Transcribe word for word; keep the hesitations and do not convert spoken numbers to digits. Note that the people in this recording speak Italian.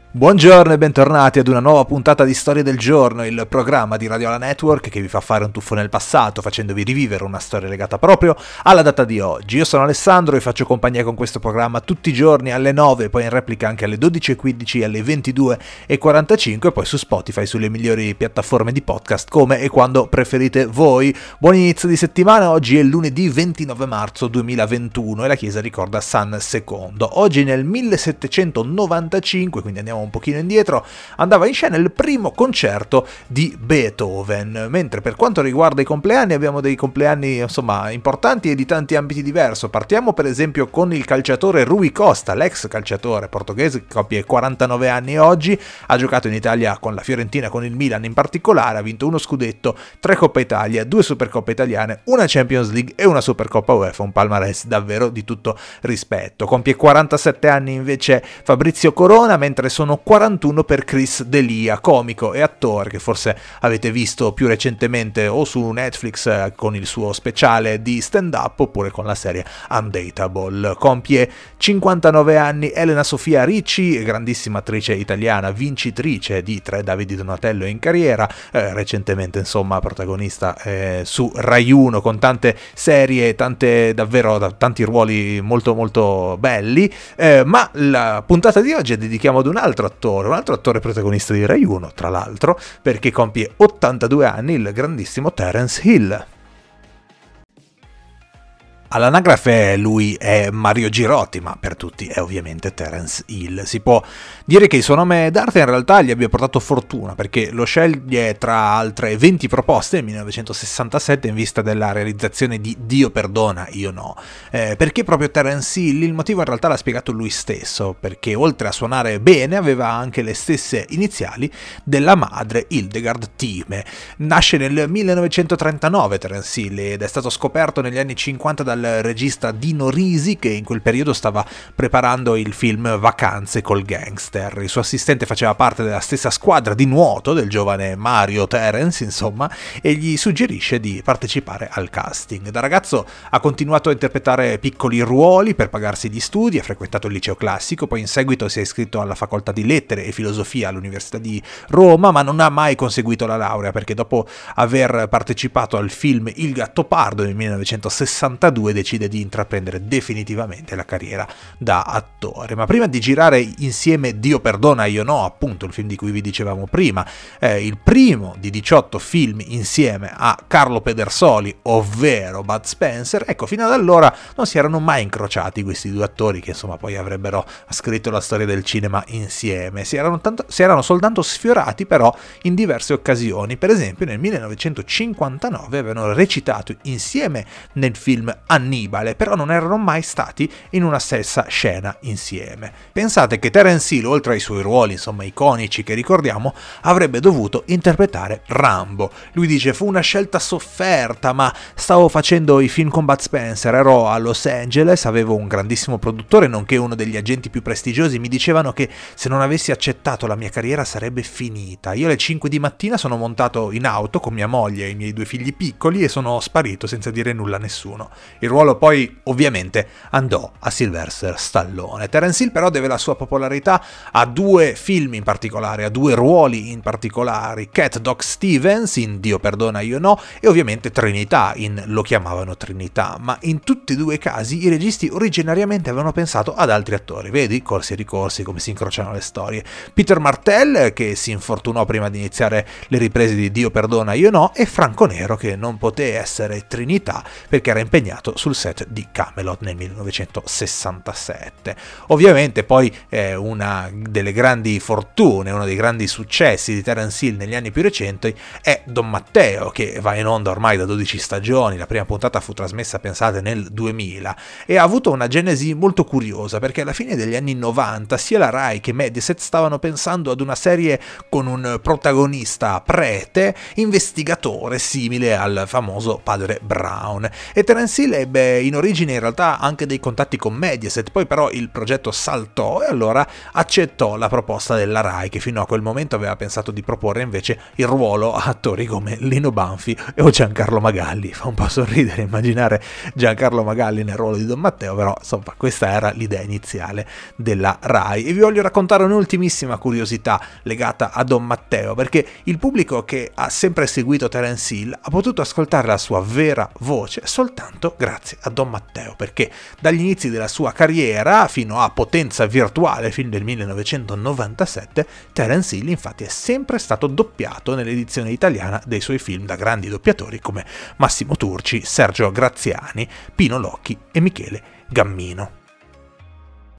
Buongiorno e bentornati ad una nuova puntata di Storie del Giorno, il programma di Radio La Network che vi fa fare un tuffo nel passato facendovi rivivere una storia legata proprio alla data di oggi. Io sono Alessandro e faccio compagnia con questo programma tutti i giorni alle nove, poi in replica anche alle dodici e quindici, alle ventidue e quarantacinque e poi su Spotify, sulle migliori piattaforme di podcast come e quando preferite voi. Buon inizio di settimana, oggi è lunedì ventinove marzo duemilaventuno e la chiesa ricorda San Secondo. Oggi nel millesettecentonovantacinque, quindi andiamo un pochino indietro, andava in scena il primo concerto di Beethoven, mentre per quanto riguarda i compleanni abbiamo dei compleanni insomma importanti e di tanti ambiti diversi. Partiamo per esempio con il calciatore Rui Costa, l'ex calciatore portoghese che compie quarantanove anni oggi, ha giocato in Italia con la Fiorentina, con il Milan in particolare, ha vinto uno scudetto, tre Coppa Italia, due Supercoppe italiane, una Champions League e una Supercoppa UEFA, un palmarès davvero di tutto rispetto. Compie quarantasette anni invece Fabrizio Corona, mentre sono quarantuno per Chris D'Elia, comico e attore che forse avete visto più recentemente o su Netflix con il suo speciale di stand-up oppure con la serie Undateable. Compie cinquantanove anni Elena Sofia Ricci, grandissima attrice italiana, vincitrice di tre Davide Donatello in carriera, eh, recentemente insomma protagonista eh, su Rai uno con tante serie, tante davvero tanti ruoli molto molto belli, eh, ma la puntata di oggi dedichiamo ad un altro attore, un altro attore protagonista di Rai uno, tra l'altro, perché compie ottantadue anni il grandissimo Terence Hill. All'anagrafe lui è Mario Girotti, ma per tutti è ovviamente Terence Hill. Si può dire che il suo nome d'arte in realtà gli abbia portato fortuna, perché lo sceglie tra altre venti proposte nel millenovecentosessantasette in vista della realizzazione di Dio perdona, io no. Eh, perché proprio Terence Hill? Il motivo in realtà l'ha spiegato lui stesso, perché oltre a suonare bene aveva anche le stesse iniziali della madre, Hildegard Thieme. Nasce nel millenovecentotrentanove Terence Hill ed è stato scoperto negli anni cinquanta dal regista Dino Risi, che in quel periodo stava preparando il film Vacanze col gangster. Il suo assistente faceva parte della stessa squadra di nuoto del giovane Mario Terence, insomma, e gli suggerisce di partecipare al casting. Da ragazzo ha continuato a interpretare piccoli ruoli per pagarsi gli studi, ha frequentato il liceo classico, poi in seguito si è iscritto alla facoltà di lettere e filosofia all'Università di Roma, ma non ha mai conseguito la laurea perché dopo aver partecipato al film Il Gattopardo nel millenovecentosessantadue decide di intraprendere definitivamente la carriera da attore. Ma prima di girare insieme Dio perdona io no, appunto il film di cui vi dicevamo prima, eh, il primo di diciotto film insieme a Carlo Pedersoli, ovvero Bud Spencer, ecco, fino ad allora non si erano mai incrociati questi due attori che insomma poi avrebbero scritto la storia del cinema insieme. Si erano, tanto, si erano soltanto sfiorati però in diverse occasioni. Per esempio nel millenovecentocinquantanove avevano recitato insieme nel film Annibale, però non erano mai stati in una stessa scena insieme. Pensate che Terence Hill, oltre ai suoi ruoli insomma iconici che ricordiamo, avrebbe dovuto interpretare Rambo. Lui dice: fu una scelta sofferta, ma stavo facendo i film con Bud Spencer, ero a Los Angeles, avevo un grandissimo produttore nonché uno degli agenti più prestigiosi, mi dicevano che se non avessi accettato la mia carriera sarebbe finita. Io alle cinque di mattina sono montato in auto con mia moglie e i miei due figli piccoli e sono sparito senza dire nulla a nessuno. Il ruolo poi ovviamente andò a Sylvester Stallone. Terence Hill però deve la sua popolarità a due film in particolare, a due ruoli in particolare: Cat Doc Stevens in Dio perdona io no e ovviamente Trinità in Lo chiamavano Trinità, ma in tutti e due i casi i registi originariamente avevano pensato ad altri attori. Vedi, corsi e ricorsi, come si incrociano le storie. Peter Martell, che si infortunò prima di iniziare le riprese di Dio perdona io no, e Franco Nero, che non poté essere Trinità perché era impegnato sul set di Camelot nel millenovecentosessantasette. Ovviamente poi eh, una delle grandi fortune, uno dei grandi successi di Terence Hill negli anni più recenti è Don Matteo, che va in onda ormai da dodici stagioni. La prima puntata fu trasmessa, pensate, nel duemila e ha avuto una genesi molto curiosa, perché alla fine degli anni novanta sia la Rai che Mediaset stavano pensando ad una serie con un protagonista prete investigatore simile al famoso Padre Brown, e Terence Hill è ebbe in origine in realtà anche dei contatti con Mediaset, poi però il progetto saltò e allora accettò la proposta della Rai, che fino a quel momento aveva pensato di proporre invece il ruolo a attori come Lino Banfi o Giancarlo Magalli. Fa un po' sorridere immaginare Giancarlo Magalli nel ruolo di Don Matteo, però insomma questa era l'idea iniziale della Rai. E vi voglio raccontare un'ultimissima curiosità legata a Don Matteo, perché il pubblico che ha sempre seguito Terence Hill ha potuto ascoltare la sua vera voce soltanto grazie a Don Matteo, perché dagli inizi della sua carriera fino a Potenza Virtuale, film del millenovecentonovantasette, Terence Hill infatti è sempre stato doppiato nell'edizione italiana dei suoi film da grandi doppiatori come Massimo Turci, Sergio Graziani, Pino Locchi e Michele Gammino.